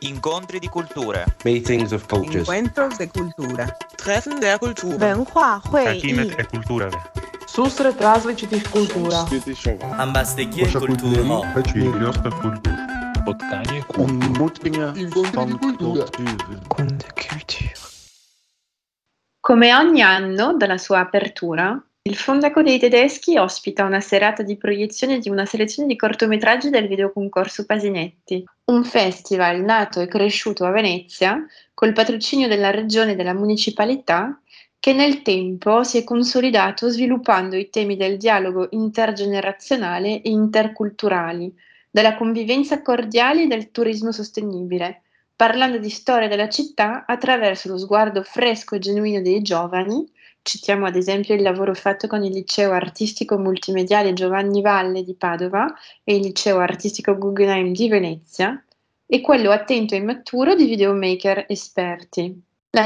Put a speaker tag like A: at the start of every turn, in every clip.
A: Incontri di culture.
B: Meetings of cultures.
C: Encuentros de cultura.
A: Treffen der Kultur.
D: 文化会议
E: Takimet e kulturale.
F: Susret različitih kultura.
G: Ambassadeur kultura.
E: Spotkanie
H: Come ogni anno, dalla sua apertura, il Fondaco dei Tedeschi ospita una serata di proiezione di una selezione di cortometraggi del videoconcorso Pasinetti, un festival nato e cresciuto a Venezia col patrocinio della regione e della municipalità, che nel tempo si è consolidato sviluppando i temi del dialogo intergenerazionale e interculturali, della convivenza cordiale e del turismo sostenibile, parlando di storia della città attraverso lo sguardo fresco e genuino dei giovani. Citiamo ad esempio il lavoro fatto con il Liceo Artistico Multimediale Giovanni Valle di Padova e il Liceo Artistico Guggenheim di Venezia, e quello attento e maturo di videomaker esperti. La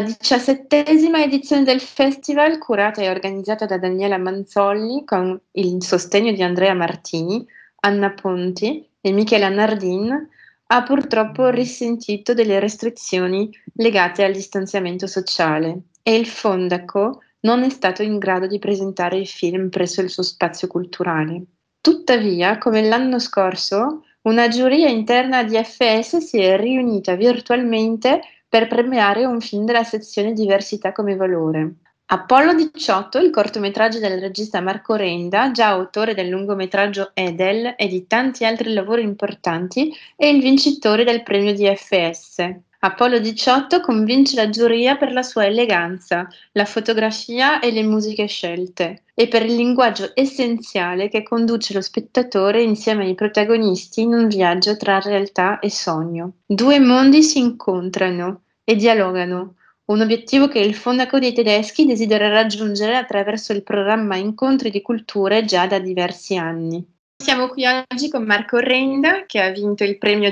H: 17ª edizione del festival, curata e organizzata da Daniela Manzolli con il sostegno di Andrea Martini, Anna Ponti e Michela Nardin, ha purtroppo risentito delle restrizioni legate al distanziamento sociale e il Fondaco non è stato in grado di presentare i film presso il suo spazio culturale. Tuttavia, come l'anno scorso, una giuria interna di FS si è riunita virtualmente per premiare un film della sezione Diversità come valore. Apollo 18, il cortometraggio del regista Marco Renda, già autore del lungometraggio Edel e di tanti altri lavori importanti, è il vincitore del premio di FS. Apollo 18 convince la giuria per la sua eleganza, la fotografia e le musiche scelte, e per il linguaggio essenziale che conduce lo spettatore insieme ai protagonisti in un viaggio tra realtà e sogno. Due mondi si incontrano e dialogano, un obiettivo che il Fondaco dei Tedeschi desidera raggiungere attraverso il programma Incontri di Culture già da diversi anni. Siamo qui oggi con Marco Renda, che ha vinto il premio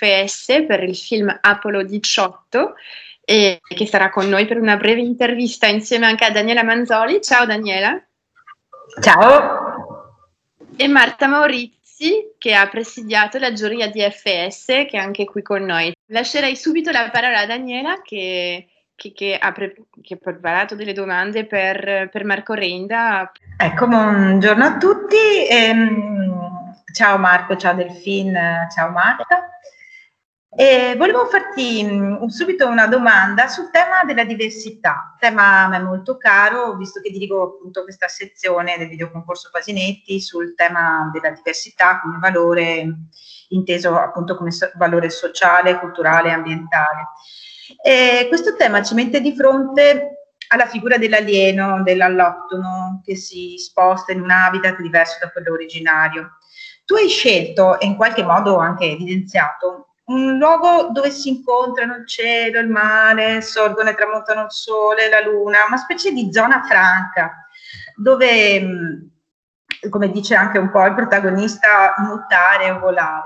H: DFS per il film Apollo 18 e che sarà con noi per una breve intervista insieme anche a Daniela Manzoli. Ciao Daniela.
I: Ciao.
H: E Marta Maurizi, che ha presidiato la giuria DFS, che è anche qui con noi. Lascerei subito la parola a Daniela che ha preparato delle domande per Marco Renda.
I: Ecco, buongiorno a tutti. Ciao Marco, ciao Delphine, ciao Marta. Volevo farti subito una domanda sul tema della diversità, tema a me molto caro, visto che dirigo appunto questa sezione del videoconcorso Pasinetti sul tema della diversità come valore inteso appunto come valore sociale, culturale e ambientale. Questo tema ci mette di fronte alla figura dell'alieno, dell'allottono che si sposta in un habitat diverso da quello originario. Tu hai scelto e in qualche modo anche evidenziato un luogo dove si incontrano il cielo, il mare, sorgono e tramontano il sole, la luna, una specie di zona franca dove, come dice anche un po' il protagonista, nuotare o volare.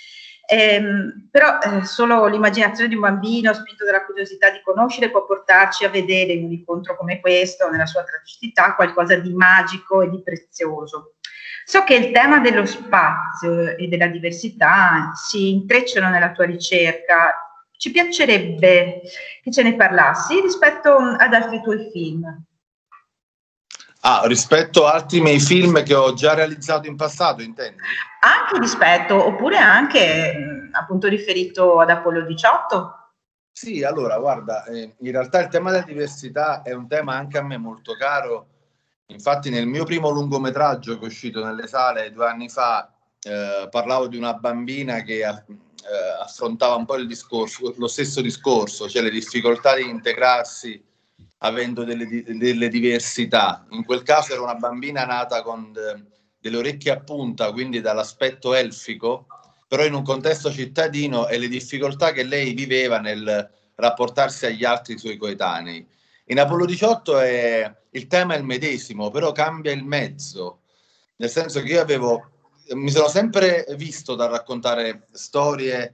I: Però solo l'immaginazione di un bambino spinto dalla curiosità di conoscere può portarci a vedere in un incontro come questo, nella sua tragicità, qualcosa di magico e di prezioso. So che il tema dello spazio e della diversità si intrecciano nella tua ricerca. Ci piacerebbe che ce ne parlassi rispetto ad altri tuoi film.
J: Rispetto a altri miei film che ho già realizzato in passato, intendi?
I: Anche rispetto, oppure anche appunto riferito ad Apollo 18?
J: Sì, allora, guarda, in realtà il tema della diversità è un tema anche a me molto caro. Infatti nel mio primo lungometraggio che è uscito nelle sale 2 anni fa, parlavo di una bambina che affrontava un po' lo stesso discorso, cioè le difficoltà di integrarsi avendo delle diversità. In quel caso era una bambina nata con delle orecchie a punta, quindi dall'aspetto elfico, però in un contesto cittadino, e le difficoltà che lei viveva nel rapportarsi agli altri suoi coetanei. In Apollo 18 il tema è il medesimo, però cambia il mezzo, nel senso che io mi sono sempre visto da raccontare storie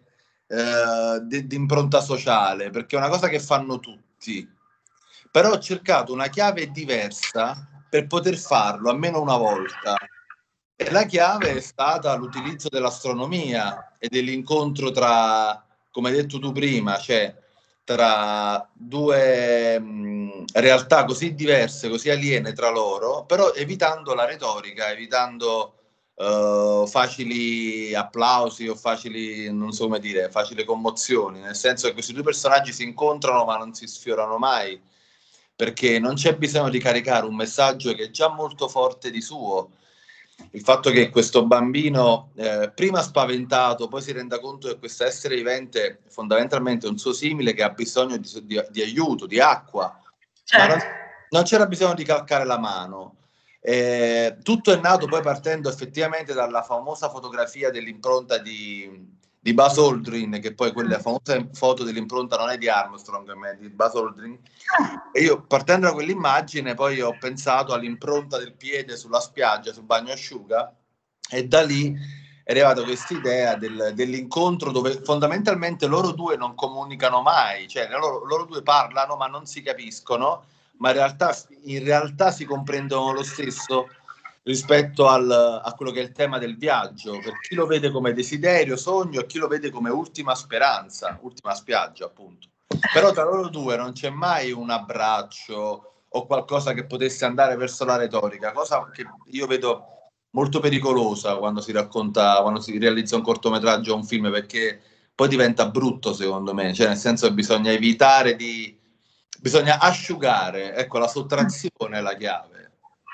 J: di impronta sociale, perché è una cosa che fanno tutti, però ho cercato una chiave diversa per poter farlo almeno una volta, e la chiave è stata l'utilizzo dell'astronomia e dell'incontro tra come hai detto tu prima, c'è tra due realtà così diverse, così aliene tra loro, però evitando la retorica, evitando facili applausi o facili, non so come dire, facili commozioni, nel senso che questi due personaggi si incontrano ma non si sfiorano mai, perché non c'è bisogno di caricare un messaggio che è già molto forte di suo. Il fatto che questo bambino, prima spaventato, poi si renda conto che questo essere vivente è fondamentalmente un suo simile che ha bisogno di aiuto, di acqua,
I: Certo.
J: ma non c'era bisogno di calcare la mano. Tutto è nato poi partendo effettivamente dalla famosa fotografia dell'impronta di Buzz Aldrin, che poi quella famosa foto dell'impronta non è di Armstrong, ma è di Buzz Aldrin. E io, partendo da quell'immagine, poi ho pensato all'impronta del piede sulla spiaggia, sul bagnasciuga, e da lì è arrivata questa idea dell'incontro dove fondamentalmente loro due non comunicano mai, cioè loro due parlano ma non si capiscono, ma in realtà si comprendono lo stesso rispetto a quello che è il tema del viaggio, per chi lo vede come desiderio, sogno, e chi lo vede come ultima speranza, ultima spiaggia appunto. Però tra loro due non c'è mai un abbraccio o qualcosa che potesse andare verso la retorica, cosa che io vedo molto pericolosa quando si racconta, quando si realizza un cortometraggio o un film, perché poi diventa brutto secondo me, cioè nel senso che bisogna evitare bisogna asciugare, ecco, la sottrazione è la chiave.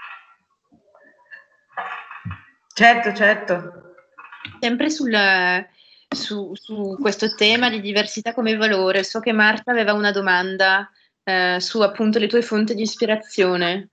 I: Certo.
H: Sempre su questo tema di diversità come valore, so che Marta aveva una domanda su appunto le tue fonti di ispirazione.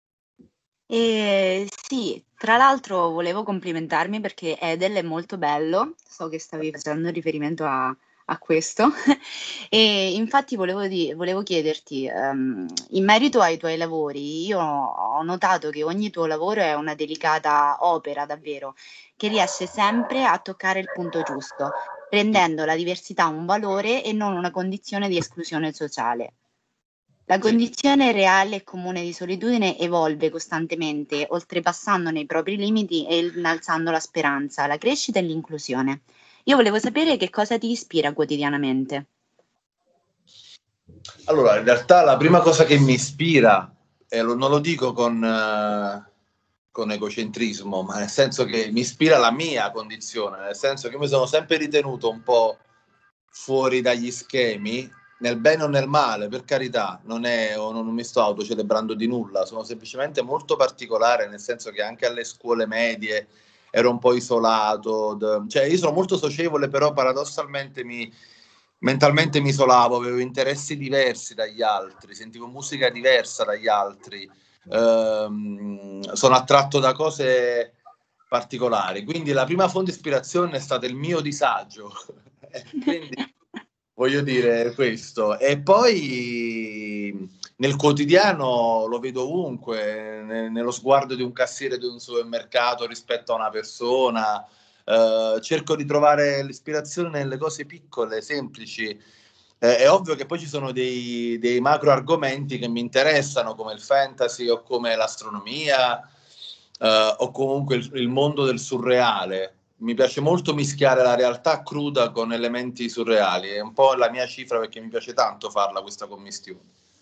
B: Sì, tra l'altro volevo complimentarmi perché Edel è molto bello, so che stavi facendo riferimento a questo, e infatti volevo chiederti, in merito ai tuoi lavori, io ho notato che ogni tuo lavoro è una delicata opera davvero, che riesce sempre a toccare il punto giusto, rendendo la diversità un valore e non una condizione di esclusione sociale. La condizione reale e comune di solitudine evolve costantemente, oltrepassandone i propri limiti e innalzando la speranza, la crescita e l'inclusione. Io volevo sapere che cosa ti ispira quotidianamente.
J: Allora, in realtà la prima cosa che mi ispira, e non lo dico con egocentrismo, ma nel senso che mi ispira la mia condizione, nel senso che mi sono sempre ritenuto un po' fuori dagli schemi, nel bene o nel male, per carità, non mi sto autocelebrando di nulla, sono semplicemente molto particolare, nel senso che anche alle scuole medie ero un po' isolato, cioè io sono molto socievole, però paradossalmente mentalmente mi isolavo, avevo interessi diversi dagli altri, sentivo musica diversa dagli altri, sono attratto da cose particolari, quindi la prima fonte di ispirazione è stato il mio disagio. Quindi voglio dire questo, e poi nel quotidiano lo vedo ovunque, nello sguardo di un cassiere di un supermercato rispetto a una persona, cerco di trovare l'ispirazione nelle cose piccole, semplici. È ovvio che poi ci sono dei macro argomenti che mi interessano, come il fantasy o come l'astronomia, o comunque il mondo del surreale. Mi piace molto mischiare la realtà cruda con elementi surreali, è un po' la mia cifra perché mi piace tanto farla questa commistione.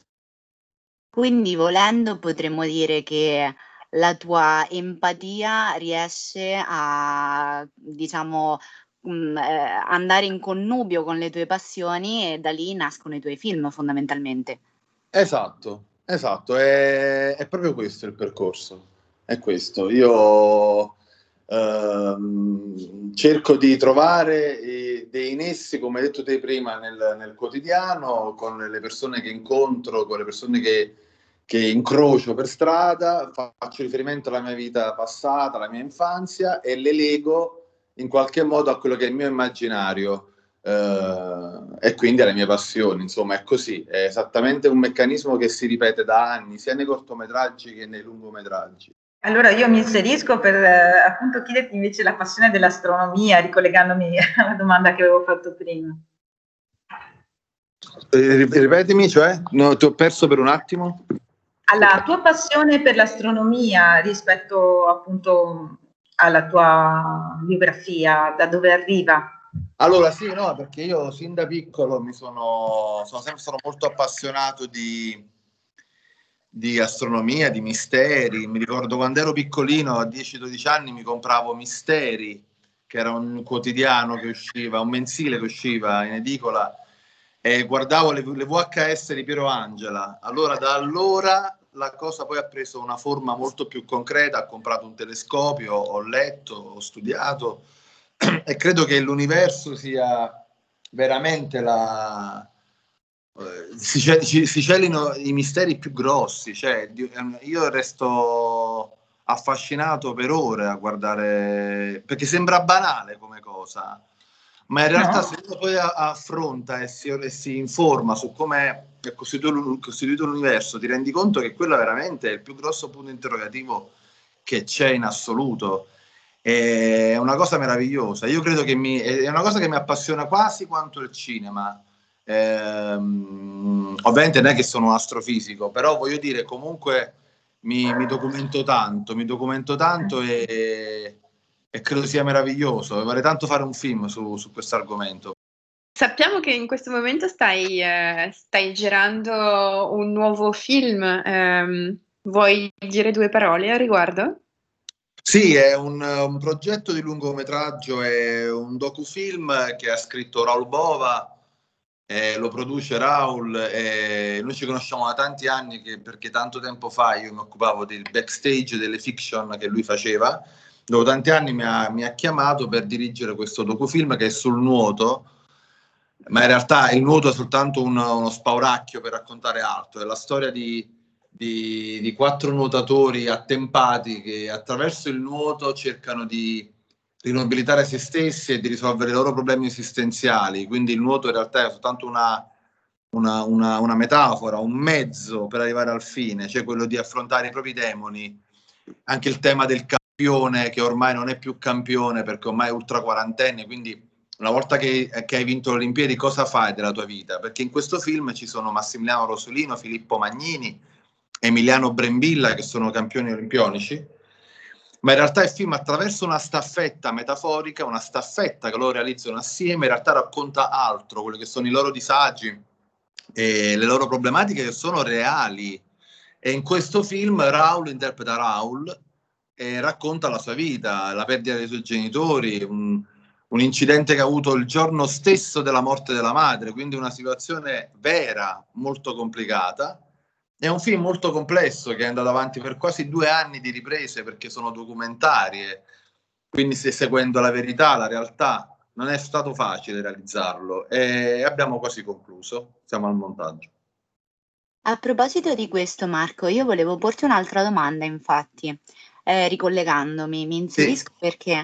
B: Quindi volendo potremmo dire che la tua empatia riesce a, diciamo, andare in connubio con le tue passioni e da lì nascono i tuoi film fondamentalmente.
J: Esatto, è proprio questo il percorso, è questo. Io cerco di trovare dei nessi, come hai detto te prima, nel quotidiano, con le persone che incontro, con le persone che incrocio per strada, faccio riferimento alla mia vita passata, alla mia infanzia e le lego in qualche modo a quello che è il mio immaginario. E quindi alle mie passioni, insomma è così, è esattamente un meccanismo che si ripete da anni sia nei cortometraggi che nei lungometraggi.
I: Allora io mi inserisco per appunto chiederti invece la passione dell'astronomia, ricollegandomi alla domanda che avevo fatto prima.
J: Ripetimi, cioè? No, ti ho perso per un attimo.
I: Alla tua passione per l'astronomia rispetto appunto alla tua biografia, da dove arriva?
J: Allora sì, no, perché io sin da piccolo sono sempre stato molto appassionato di astronomia, di misteri. Mi ricordo quando ero piccolino, a 10-12 anni, mi compravo Misteri, che era un quotidiano che usciva, un mensile che usciva in edicola, e guardavo le VHS di Piero Angela. Allora, da allora la cosa poi ha preso una forma molto più concreta, ho comprato un telescopio, ho letto, ho studiato e credo che l'universo sia veramente si celino i misteri più grossi, cioè io resto affascinato per ore a guardare, perché sembra banale come cosa, ma in realtà se uno poi affronta e si informa su come è costituito l'universo, ti rendi conto che quello veramente è il più grosso punto interrogativo che c'è in assoluto. È una cosa meravigliosa. Io credo che è una cosa che mi appassiona quasi quanto il cinema. Ovviamente non è che sono un astrofisico, però voglio dire, comunque mi documento tanto e credo sia meraviglioso. Vorrei tanto fare un film su questo argomento.
H: Sappiamo che in questo momento stai girando un nuovo film. Vuoi dire 2 parole a riguardo?
J: Sì, è un progetto di lungometraggio, è un docufilm che ha scritto Raul Bova, lo produce Raul, e noi ci conosciamo da tanti anni perché tanto tempo fa io mi occupavo del backstage delle fiction che lui faceva. Dopo tanti anni mi ha chiamato per dirigere questo docufilm che è sul nuoto, ma in realtà il nuoto è soltanto uno spauracchio per raccontare altro. È la storia di 4 nuotatori attempati che attraverso il nuoto cercano di rinobilitare se stessi e di risolvere i loro problemi esistenziali. Quindi il nuoto in realtà è soltanto una metafora, un mezzo per arrivare al fine, cioè quello di affrontare i propri demoni. Anche il tema del campione, che ormai non è più campione perché ormai è ultra quarantenne, quindi una volta che hai vinto le Olimpiadi, cosa fai della tua vita? Perché in questo film ci sono Massimiliano Rosolino, Filippo Magnini, Emiliano Brembilla, che sono campioni olimpionici, ma in realtà il film, attraverso una staffetta metaforica, una staffetta che loro realizzano assieme, in realtà racconta altro, quelli che sono i loro disagi e le loro problematiche che sono reali. E in questo film Raul interpreta Raul e racconta la sua vita, la perdita dei suoi genitori, un incidente che ha avuto il giorno stesso della morte della madre, quindi una situazione vera, molto complicata. È un film molto complesso che è andato avanti per quasi 2 anni di riprese perché sono documentarie, quindi seguendo la verità, la realtà. Non è stato facile realizzarlo e abbiamo quasi concluso, siamo al montaggio.
B: A proposito di questo, Marco, io volevo porti un'altra domanda, infatti, ricollegandomi, mi inserisco perché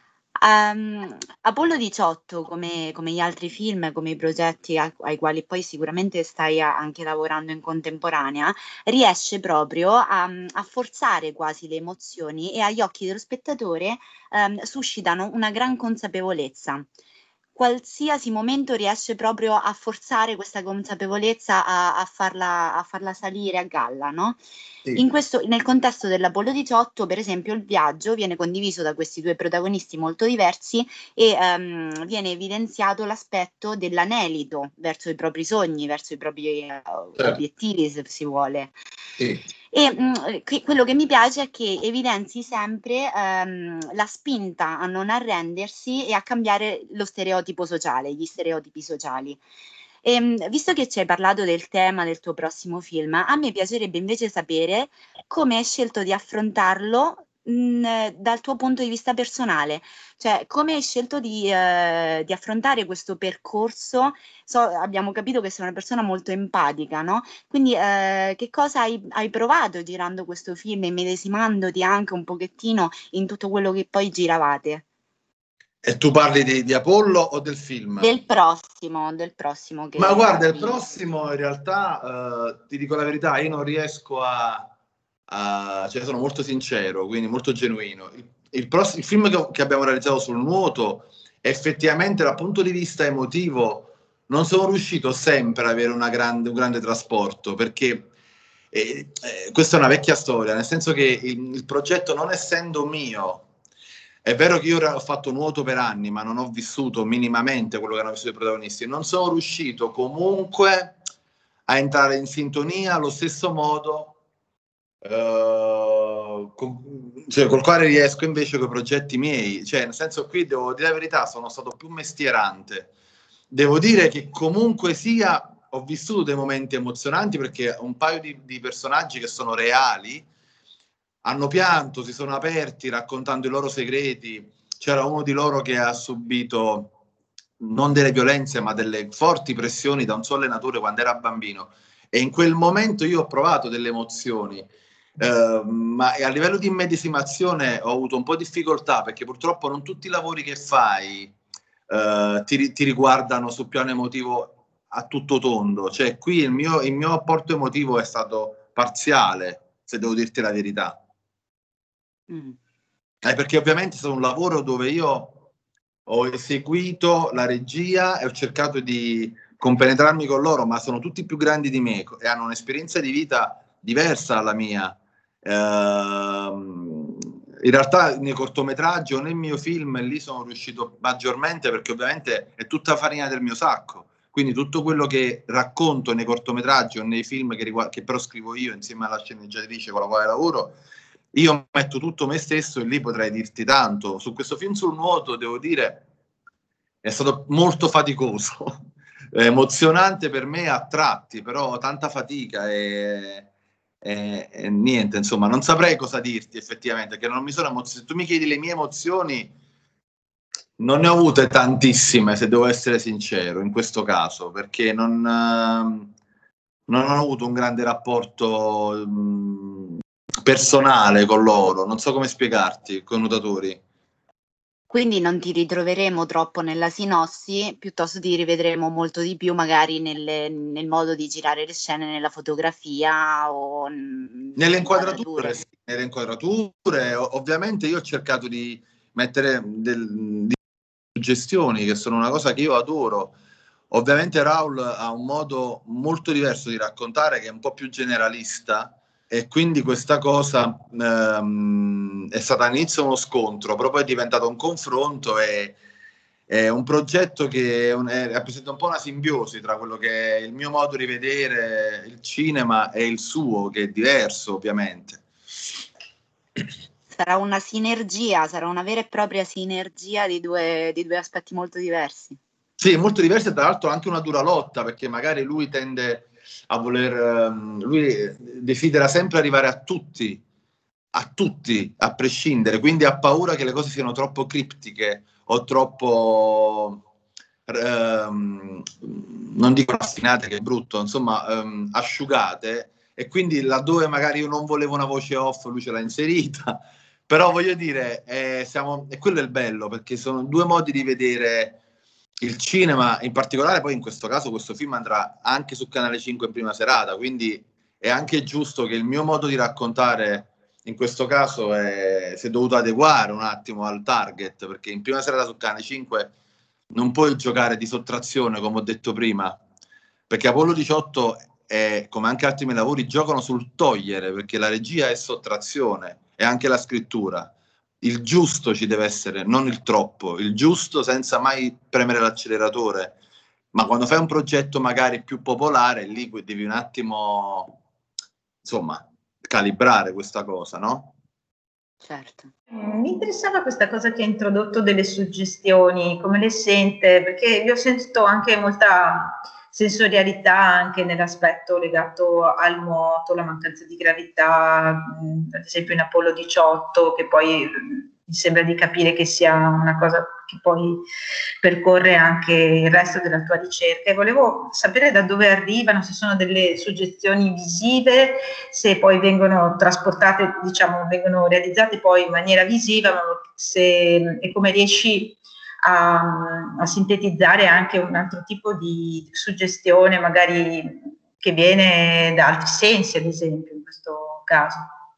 B: Apollo 18, come gli altri film, come i progetti ai quali poi sicuramente stai anche lavorando in contemporanea, riesce proprio a forzare quasi le emozioni e agli occhi dello spettatore suscitano una gran consapevolezza. Qualsiasi momento riesce proprio a forzare questa consapevolezza a farla salire a galla, no?
J: Sì.
B: Nel contesto dell'Apollo 18, per esempio, il viaggio viene condiviso da questi 2 protagonisti molto diversi e viene evidenziato l'aspetto dell'anelito verso i propri sogni, verso i propri obiettivi, se si vuole.
J: Sì.
B: E quello che mi piace è che evidenzi sempre la spinta a non arrendersi e a cambiare lo stereotipo sociale, gli stereotipi sociali. Visto che ci hai parlato del tema del tuo prossimo film, a me piacerebbe invece sapere come hai scelto di affrontarlo dal tuo punto di vista personale, cioè come hai scelto di affrontare questo percorso. Abbiamo capito che sei una persona molto empatica, no? Quindi che cosa hai provato girando questo film, immedesimandoti anche un pochettino in tutto quello che poi giravate?
J: E tu parli di Apollo o del film?
B: Del prossimo che
J: Ma guarda, il prossimo in realtà, ti dico la verità, io non riesco cioè sono molto sincero, quindi molto genuino. Il film che abbiamo realizzato sul nuoto, effettivamente dal punto di vista emotivo non sono riuscito sempre ad avere un grande trasporto, perché questa è una vecchia storia, nel senso che il progetto, non essendo mio, È vero che io ho fatto nuoto per anni, ma non ho vissuto minimamente quello che hanno vissuto i protagonisti. Non sono riuscito comunque a entrare in sintonia allo stesso modo col quale riesco invece con i progetti miei. Cioè, nel senso, qui devo dire la verità, sono stato più mestierante. Devo dire che comunque sia, ho vissuto dei momenti emozionanti perché un paio di personaggi che sono reali hanno pianto, si sono aperti raccontando i loro segreti. C'era uno di loro che ha subito non delle violenze ma delle forti pressioni da un suo allenatore quando era bambino, e in quel momento io ho provato delle emozioni, ma a livello di immedesimazione ho avuto un po' di difficoltà perché purtroppo non tutti i lavori che fai ti riguardano sul piano emotivo a tutto tondo. Cioè, qui il mio apporto emotivo è stato parziale, se devo dirti la verità. Perché ovviamente è stato un lavoro dove io ho eseguito la regia e ho cercato di compenetrarmi con loro, ma sono tutti più grandi di me e hanno un'esperienza di vita diversa dalla mia. In realtà nei cortometraggi o nel mio film lì sono riuscito maggiormente perché ovviamente è tutta farina del mio sacco, quindi tutto quello che racconto nei cortometraggi o nei film che però scrivo io insieme alla sceneggiatrice con la quale lavoro, io metto tutto me stesso e lì potrei dirti tanto. Su questo film sul nuoto, devo dire, è stato molto faticoso, emozionante per me a tratti, però tanta fatica e niente, insomma, non saprei cosa dirti effettivamente, che non mi sono emozionato. Se tu mi chiedi le mie emozioni, non ne ho avute tantissime, se devo essere sincero, in questo caso, perché non ho avuto un grande rapporto personale con loro, non so come spiegarti, con i nuotatori.
B: Quindi non ti ritroveremo troppo nella sinossi, piuttosto ti rivedremo molto di più magari nel modo di girare le scene, nella fotografia o
J: nelle inquadrature. Sì, nelle inquadrature. Ovviamente io ho cercato di mettere di suggestioni, che sono una cosa che io adoro. Ovviamente Raul ha un modo molto diverso di raccontare, che è un po' più generalista, e quindi questa cosa è stata all'inizio uno scontro, però poi è diventato un confronto e è un progetto che rappresenta un po' una simbiosi tra quello che è il mio modo di vedere il cinema e il suo, che è diverso ovviamente.
B: Sarà una sinergia, sarà una vera e propria sinergia di due aspetti molto diversi.
J: Sì, molto diversi, e tra l'altro anche una dura lotta, perché magari lui tende a lui desidera sempre arrivare a tutti, a prescindere, quindi ha paura che le cose siano troppo criptiche o troppo, non dico raffinate, che è brutto, insomma, asciugate, e quindi laddove magari io non volevo una voce off, lui ce l'ha inserita, però voglio dire, e quello è il bello, perché sono due modi di vedere il cinema, in particolare poi in questo caso questo film andrà anche su Canale 5 in prima serata, quindi è anche giusto che il mio modo di raccontare in questo caso si è dovuto adeguare un attimo al target, perché in prima serata su Canale 5 non puoi giocare di sottrazione, come ho detto prima, perché Apollo 18 come anche altri miei lavori giocano sul togliere, perché la regia è sottrazione e anche la scrittura. Il giusto ci deve essere, non il troppo, il giusto senza mai premere l'acceleratore. Ma quando fai un progetto magari più popolare, lì devi un attimo, insomma, calibrare questa cosa, no?
B: Certo.
I: Mi interessava questa cosa che ha introdotto delle suggestioni, come le sente? Perché io sento anche molta sensorialità anche nell'aspetto legato al nuoto, la mancanza di gravità, ad esempio in Apollo 18, che poi mi sembra di capire che sia una cosa che poi percorre anche il resto della tua ricerca, e volevo sapere da dove arrivano, se sono delle suggestioni visive, se poi vengono trasportate, diciamo, vengono realizzate poi in maniera visiva, ma e come riesci a sintetizzare anche un altro tipo di suggestione, magari che viene da altri sensi, ad esempio, in questo caso.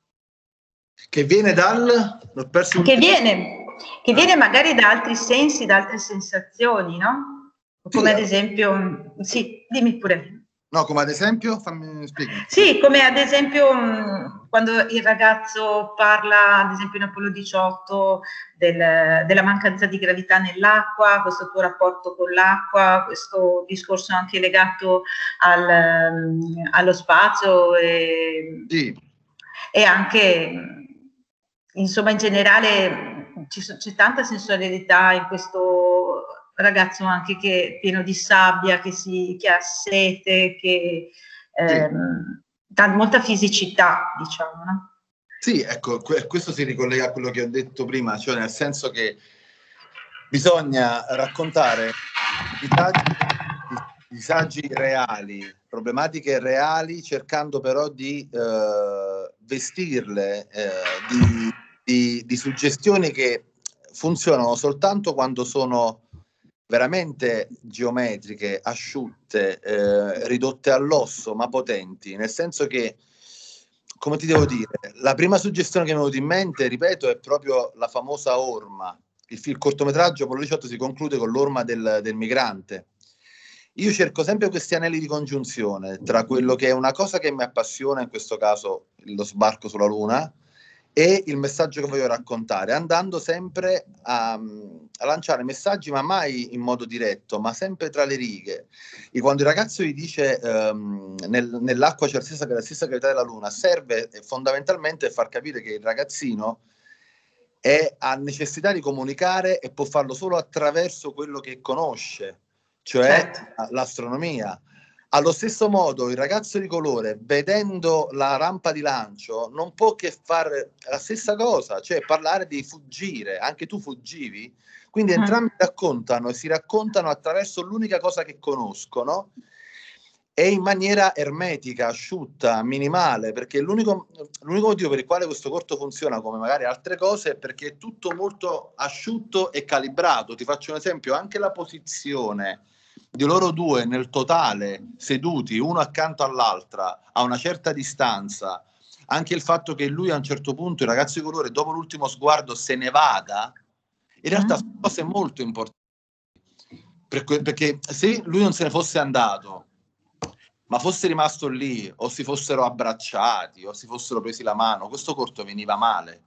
J: Che viene l'ho perso
I: che viene magari da altri sensi, da altre sensazioni, no? Come ad esempio, sì, dimmi pure.
J: No, come ad esempio, fammi spiegare.
I: Sì, come ad esempio quando il ragazzo parla, ad esempio in Apollo 18, della mancanza di gravità nell'acqua, questo tuo rapporto con l'acqua, questo discorso anche legato allo spazio
J: Sì.
I: e anche, insomma, in generale c'è tanta sensorialità in questo ragazzo anche che è pieno di sabbia, che ha sete, che dà molta fisicità, diciamo, no?
J: Sì, ecco, questo si ricollega a quello che ho detto prima, cioè nel senso che bisogna raccontare disagi reali, problematiche reali, cercando però di vestirle di suggestioni che funzionano soltanto quando sono veramente geometriche, asciutte, ridotte all'osso, ma potenti, nel senso che, come ti devo dire, la prima suggestione che mi è venuta in mente, ripeto, è proprio la famosa orma. Il cortometraggio Apollo 18 si conclude con l'orma del migrante. Io cerco sempre questi anelli di congiunzione tra quello che è una cosa che mi appassiona, in questo caso lo sbarco sulla Luna, e il messaggio che voglio raccontare, andando sempre a lanciare messaggi, ma mai in modo diretto, ma sempre tra le righe. E quando il ragazzo gli dice nell'acqua c'è la stessa gravità della Luna, serve fondamentalmente far capire che il ragazzino ha necessità di comunicare e può farlo solo attraverso quello che conosce, cioè l'astronomia. Allo stesso modo il ragazzo di colore, vedendo la rampa di lancio, non può che fare la stessa cosa, cioè parlare di fuggire. Anche tu fuggivi? Quindi entrambi raccontano e si raccontano attraverso l'unica cosa che conoscono e in maniera ermetica, asciutta, minimale, perché l'unico motivo per il quale questo corto funziona come magari altre cose è perché è tutto molto asciutto e calibrato. Ti faccio un esempio, anche la posizione di loro due nel totale, seduti uno accanto all'altra a una certa distanza, anche il fatto che lui a un certo punto, il ragazzo di colore, dopo l'ultimo sguardo se ne vada, in realtà sono cose molto importanti, perché se lui non se ne fosse andato ma fosse rimasto lì o si fossero abbracciati o si fossero presi la mano, questo corto veniva male.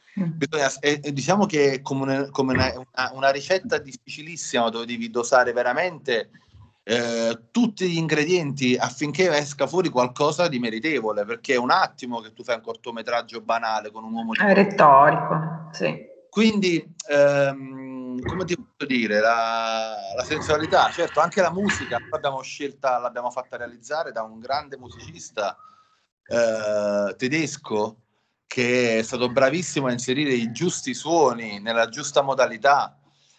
J: Diciamo che è come una ricetta difficilissima dove devi dosare veramente tutti gli ingredienti affinché esca fuori qualcosa di meritevole, perché è un attimo che tu fai un cortometraggio banale con un uomo
I: è retorico, sì.
J: Quindi come ti posso dire, la sensualità, certo, anche la musica l'abbiamo fatta realizzare da un grande musicista tedesco che è stato bravissimo a inserire i giusti suoni nella giusta modalità.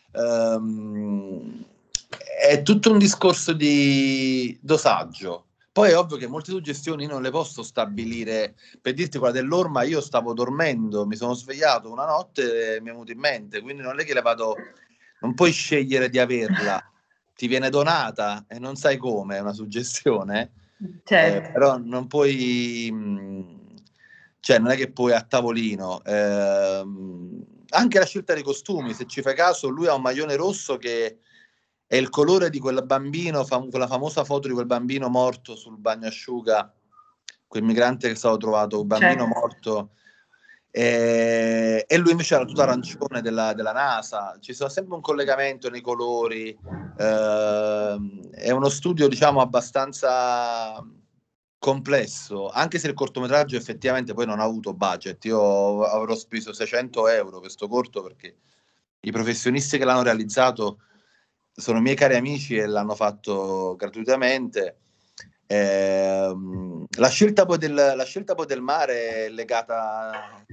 J: È tutto un discorso di dosaggio. Poi è ovvio che molte suggestioni non le posso stabilire. Per dirti quella dell'orma, io stavo dormendo, mi sono svegliato una notte e mi è venuto in mente, quindi non è che non puoi scegliere di averla, ti viene donata e non sai come, è una suggestione, però non puoi, cioè non è che puoi a tavolino. Anche la scelta dei costumi, se ci fai caso, lui ha un maglione rosso che è il colore di quel bambino, quella famosa foto di quel bambino morto sul bagnasciuga, quel migrante che è stato trovato, un bambino morto, e lui invece era tutto arancione della NASA. Ci sono sempre un collegamento nei colori, è uno studio, diciamo, abbastanza complesso, anche se il cortometraggio effettivamente poi non ha avuto budget. Io avrò speso 600 euro per questo corto perché i professionisti che l'hanno realizzato sono miei cari amici e l'hanno fatto gratuitamente. La scelta poi del mare è legata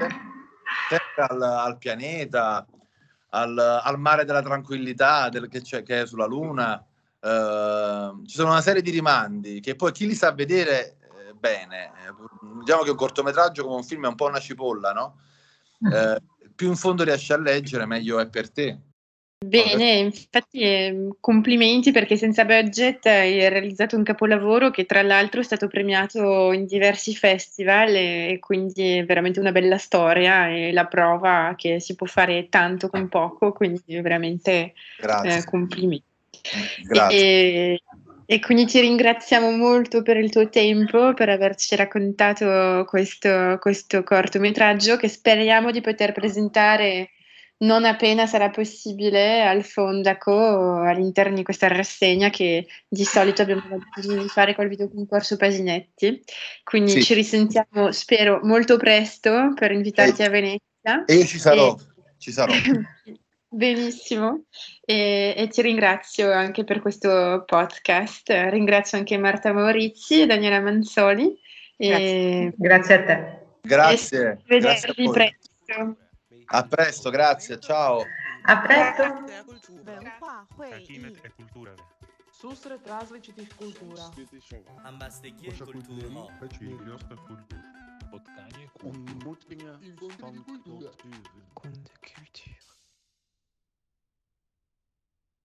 J: al pianeta, al mare della tranquillità che è sulla Luna. Ci sono una serie di rimandi che poi chi li sa vedere bene, diciamo che un cortometraggio come un film è un po' una cipolla, no? Più in fondo riesci a leggere, meglio è per te.
H: Bene, infatti complimenti perché senza budget hai realizzato un capolavoro che tra l'altro è stato premiato in diversi festival e quindi è veramente una bella storia e la prova che si può fare tanto con poco, quindi veramente complimenti.
J: Grazie.
H: E quindi ti ringraziamo molto per il tuo tempo, per averci raccontato questo cortometraggio che speriamo di poter presentare non appena sarà possibile al Fondaco all'interno di questa rassegna che di solito abbiamo l'abitudine di fare col videoconcorso Pasinetti. Quindi
J: Sì.
H: ci risentiamo, spero, molto presto per invitarti a Venezia.
J: E io ci sarò, ci sarò.
H: Benissimo, e ti ringrazio anche per questo podcast. Ringrazio anche Marta Maurizi e Daniela Manzoli.
I: Grazie a te.
J: Grazie.
H: E
J: Grazie a
H: vedervi
J: voi.
H: presto.
J: A presto, grazie, ciao.
I: A presto.
A: Centimetri e cultura.
F: Susret različitih kultura.
G: Ambassadeur culture hop.
C: Spotkanie kultur.
D: Kultur.